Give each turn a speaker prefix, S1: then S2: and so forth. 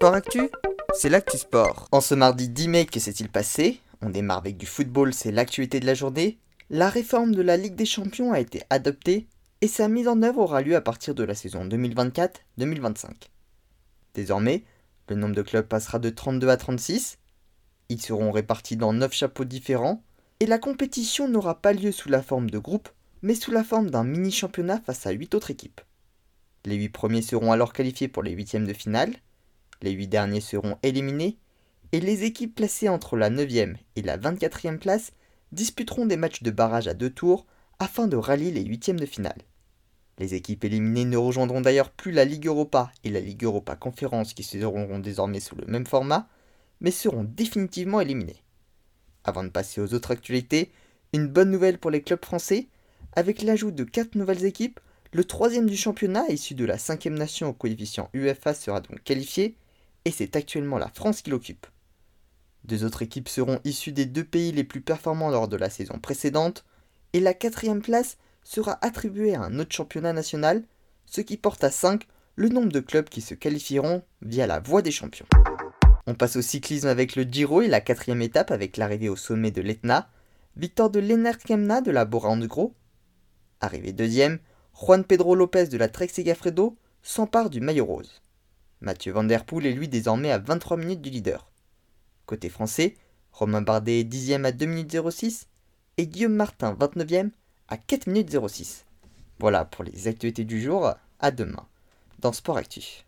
S1: Sport Actu, c'est l'actu sport. En ce mardi 10 mai, que s'est-il passé? On démarre avec du football, c'est l'actualité de la journée. La réforme de la Ligue des Champions a été adoptée et sa mise en œuvre aura lieu à partir de la saison 2024-2025. Désormais, le nombre de clubs passera de 32 à 36. Ils seront répartis dans 9 chapeaux différents et la compétition n'aura pas lieu sous la forme de groupe, mais sous la forme d'un mini-championnat face à 8 autres équipes. Les 8 premiers seront alors qualifiés pour les huitièmes de finale, les 8 derniers seront éliminés, et les équipes placées entre la 9e et la 24e place disputeront des matchs de barrage à 2 tours afin de rallier les huitièmes de finale. Les équipes éliminées ne rejoindront d'ailleurs plus la Ligue Europa et la Ligue Europa Conférence qui se dérouleront désormais sous le même format, mais seront définitivement éliminées. Avant de passer aux autres actualités, une bonne nouvelle pour les clubs français, avec l'ajout de 4 nouvelles équipes. Le troisième du championnat, issu de la 5e nation au coefficient UEFA, sera donc qualifié, et c'est actuellement la France qui l'occupe. 2 autres équipes seront issues des 2 pays les plus performants lors de la saison précédente, et la 4e place sera attribuée à un autre championnat national, ce qui porte à 5 le nombre de clubs qui se qualifieront via la voie des champions. On passe au cyclisme avec le Giro et la 4e étape avec l'arrivée au sommet de l'Etna, victoire de Lennart Kemna de la Bora Hansgrohe. Arrivé deuxième, Juan Pedro Lopez de la Trek Segafredo s'empare du maillot rose. Mathieu Van Der Poel est lui désormais à 23 minutes du leader. Côté français, Romain Bardet est 10e à 2 minutes 06 et Guillaume Martin 29e à 4 minutes 06. Voilà pour les actualités du jour, à demain dans Sport Actu.